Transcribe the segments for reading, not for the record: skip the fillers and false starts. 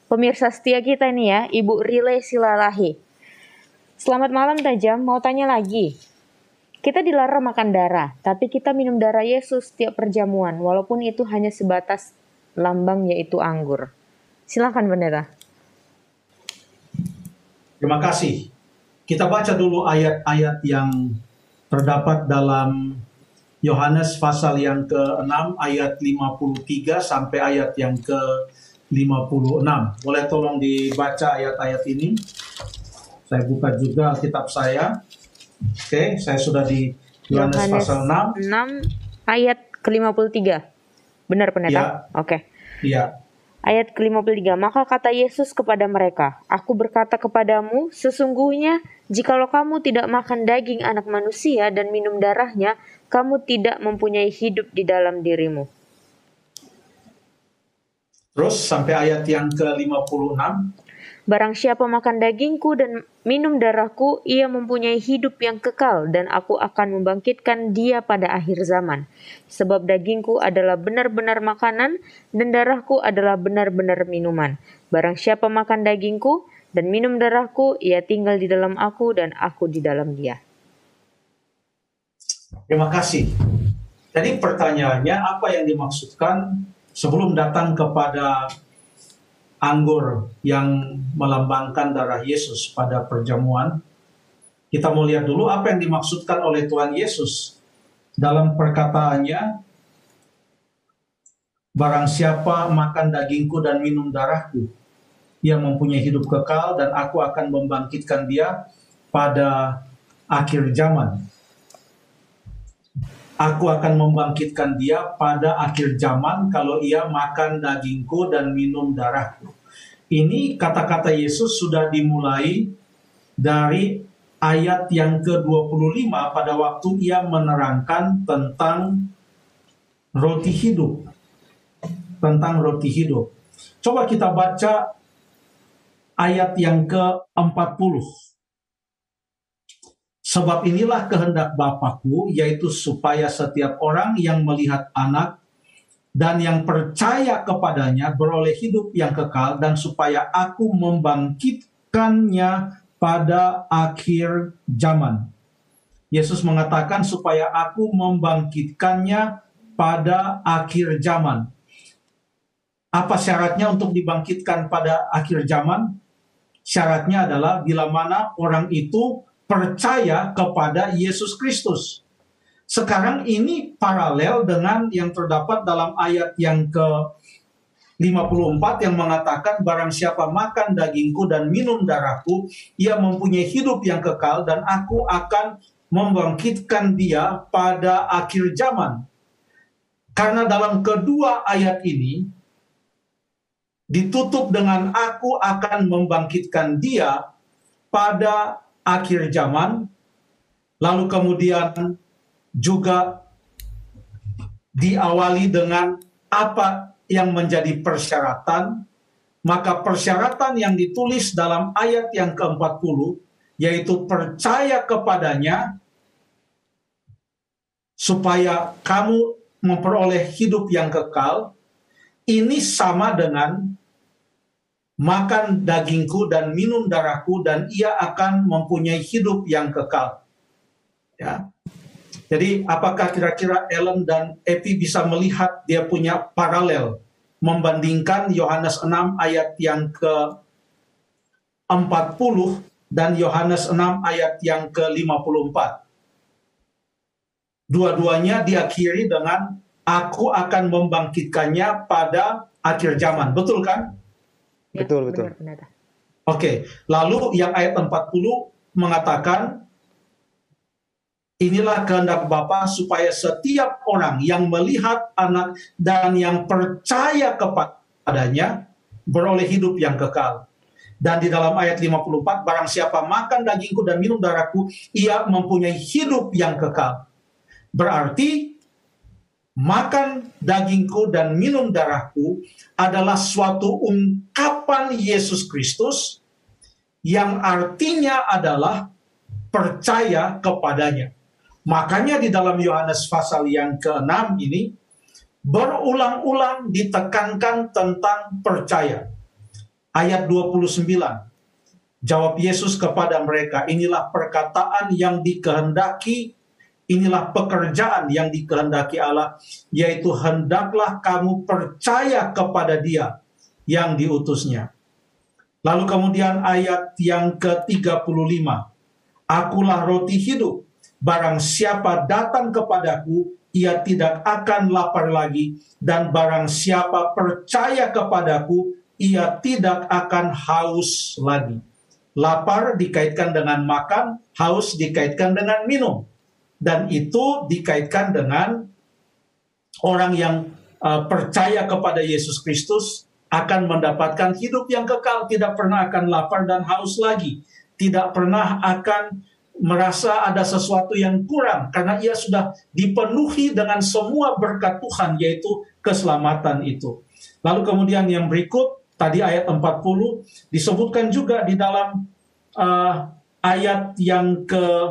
pemirsa setia kita nih ya, Ibu Rile Silalahi. Selamat malam Tajam, mau tanya lagi. Kita dilarang makan darah, tapi kita minum darah Yesus setiap perjamuan, walaupun itu hanya sebatas lambang yaitu anggur. Silakan Pendeta. Terima kasih. Kita baca dulu ayat-ayat yang terdapat dalam Yohanes pasal yang ke-6 ayat 53 sampai ayat yang ke-56. Boleh tolong dibaca ayat-ayat ini? Saya buka juga kitab saya. Oke, saya sudah di Yohanes pasal 6 ayat ke-53. Benar Pendeta? Ya. Oke. Iya. Ayat ke-53, maka kata Yesus kepada mereka, Aku berkata kepadamu, sesungguhnya jikalau kamu tidak makan daging anak manusia dan minum darahnya, kamu tidak mempunyai hidup di dalam dirimu. Terus sampai ayat yang ke-56. Barang siapa makan dagingku dan minum darahku, ia mempunyai hidup yang kekal, dan aku akan membangkitkan dia pada akhir zaman. Sebab dagingku adalah benar-benar makanan, dan darahku adalah benar-benar minuman. Barang siapa makan dagingku dan minum darahku, ia tinggal di dalam aku, dan aku di dalam dia. Terima kasih. Jadi pertanyaannya, apa yang dimaksudkan sebelum datang kepada anggur yang melambangkan darah Yesus pada perjamuan? Kita mau lihat dulu apa yang dimaksudkan oleh Tuhan Yesus dalam perkataannya, barang siapa makan dagingku dan minum darahku, ia mempunyai hidup kekal dan aku akan membangkitkan dia pada akhir zaman. Aku akan membangkitkan dia pada akhir zaman kalau ia makan dagingku dan minum darahku. Ini kata-kata Yesus sudah dimulai dari ayat yang ke-25 pada waktu ia menerangkan tentang roti hidup. Tentang roti hidup. Coba kita baca ayat yang ke-40. Sebab inilah kehendak Bapa-Ku, yaitu supaya setiap orang yang melihat Anak dan yang percaya kepadanya beroleh hidup yang kekal, dan supaya Aku membangkitkannya pada akhir zaman. Yesus mengatakan supaya Aku membangkitkannya pada akhir zaman. Apa syaratnya untuk dibangkitkan pada akhir zaman? Syaratnya adalah bila mana orang itu percaya kepada Yesus Kristus. Sekarang ini paralel dengan yang terdapat dalam ayat yang ke-54 yang mengatakan barang siapa makan dagingku dan minum darahku, ia mempunyai hidup yang kekal dan aku akan membangkitkan dia pada akhir zaman. Karena dalam kedua ayat ini ditutup dengan aku akan membangkitkan dia pada akhir zaman, lalu kemudian juga diawali dengan apa yang menjadi persyaratan. Maka persyaratan yang ditulis dalam ayat yang ke-40, yaitu percaya kepadanya supaya kamu memperoleh hidup yang kekal, ini sama dengan makan dagingku dan minum darahku dan ia akan mempunyai hidup yang kekal. Ya. Jadi apakah kira-kira Ellen dan Epi bisa melihat dia punya paralel membandingkan Yohanes 6 ayat yang ke-40 dan Yohanes 6 ayat yang ke-54. Dua-duanya diakhiri dengan aku akan membangkitkannya pada akhir zaman. Betul kan? Ya, betul. Benar. Oke, lalu yang ayat 40 mengatakan, inilah kehendak Bapa supaya setiap orang yang melihat Anak dan yang percaya kepadanya beroleh hidup yang kekal. Dan di dalam ayat 54, barang siapa makan dagingku dan minum darahku, ia mempunyai hidup yang kekal. Berarti makan dagingku dan minum darahku adalah suatu ungkapan Yesus Kristus yang artinya adalah percaya kepadanya. Makanya di dalam Yohanes pasal yang ke-6 ini berulang-ulang ditekankan tentang percaya. Ayat 29. Jawab Yesus kepada mereka, inilah perkataan yang dikehendaki, inilah pekerjaan yang dikehendaki Allah, yaitu hendaklah kamu percaya kepada Dia yang diutusnya. Lalu kemudian ayat yang ke-35. Akulah roti hidup, barang siapa datang kepadaku, ia tidak akan lapar lagi, dan barang siapa percaya kepadaku, ia tidak akan haus lagi. Lapar dikaitkan dengan makan, haus dikaitkan dengan minum. Dan itu dikaitkan dengan orang yang percaya kepada Yesus Kristus akan mendapatkan hidup yang kekal, tidak pernah akan lapar dan haus lagi. Tidak pernah akan merasa ada sesuatu yang kurang, karena ia sudah dipenuhi dengan semua berkat Tuhan, yaitu keselamatan itu. Lalu kemudian yang berikut, tadi ayat 40, disebutkan juga di dalam ayat yang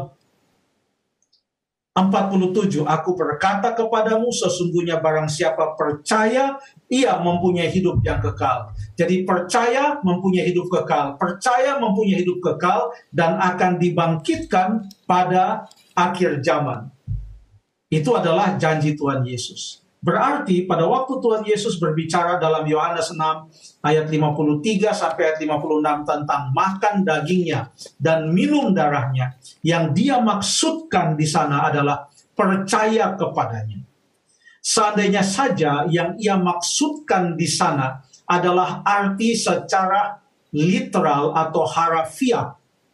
ke-47, aku berkata kepadamu, sesungguhnya barang siapa percaya, ia mempunyai hidup yang kekal. Jadi percaya mempunyai hidup kekal, percaya mempunyai hidup kekal, dan akan dibangkitkan pada akhir zaman. Itu adalah janji Tuhan Yesus. Berarti pada waktu Tuhan Yesus berbicara dalam Yohanes 6 ayat 53 sampai ayat 56 tentang makan dagingnya dan minum darahnya, yang dia maksudkan di sana adalah percaya kepadanya. Seandainya saja yang ia maksudkan di sana adalah arti secara literal atau harafiah,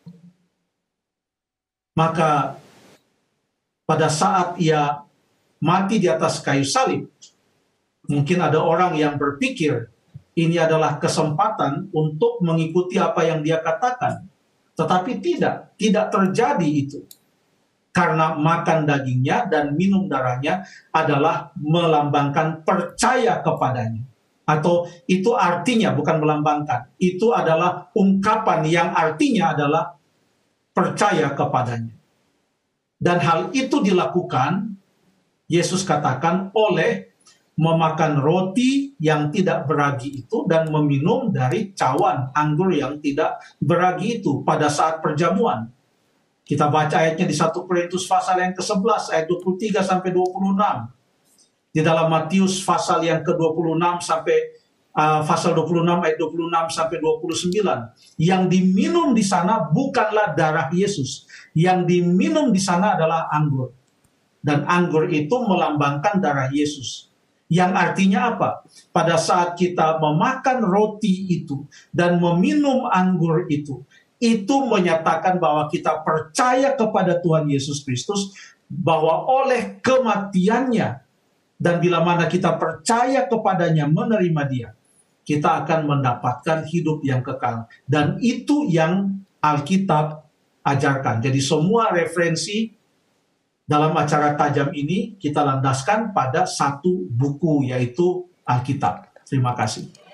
maka pada saat ia mati di atas kayu salib, mungkin ada orang yang berpikir ini adalah kesempatan untuk mengikuti apa yang dia katakan. Tetapi tidak terjadi itu. Karena makan dagingnya dan minum darahnya adalah melambangkan percaya kepadanya. Atau itu artinya, bukan melambangkan, itu adalah ungkapan yang artinya adalah percaya kepadanya. Dan hal itu dilakukan, Yesus katakan, oleh memakan roti yang tidak beragi itu dan meminum dari cawan anggur yang tidak beragi itu pada saat perjamuan. Kita baca ayatnya di 1 Korintus pasal yang ke-11 ayat 23 sampai 26. Di dalam Matius pasal yang ke-26 sampai pasal 26 ayat 26 sampai 29. Yang diminum di sana bukanlah darah Yesus. Yang diminum di sana adalah anggur. Dan anggur itu melambangkan darah Yesus. Yang artinya apa? Pada saat kita memakan roti itu dan meminum anggur itu menyatakan bahwa kita percaya kepada Tuhan Yesus Kristus, bahwa oleh kematiannya dan bila mana kita percaya kepadanya, menerima dia, kita akan mendapatkan hidup yang kekal. Dan itu yang Alkitab ajarkan. Jadi semua referensi dalam acara tajam ini kita landaskan pada satu buku, yaitu Alkitab. Terima kasih.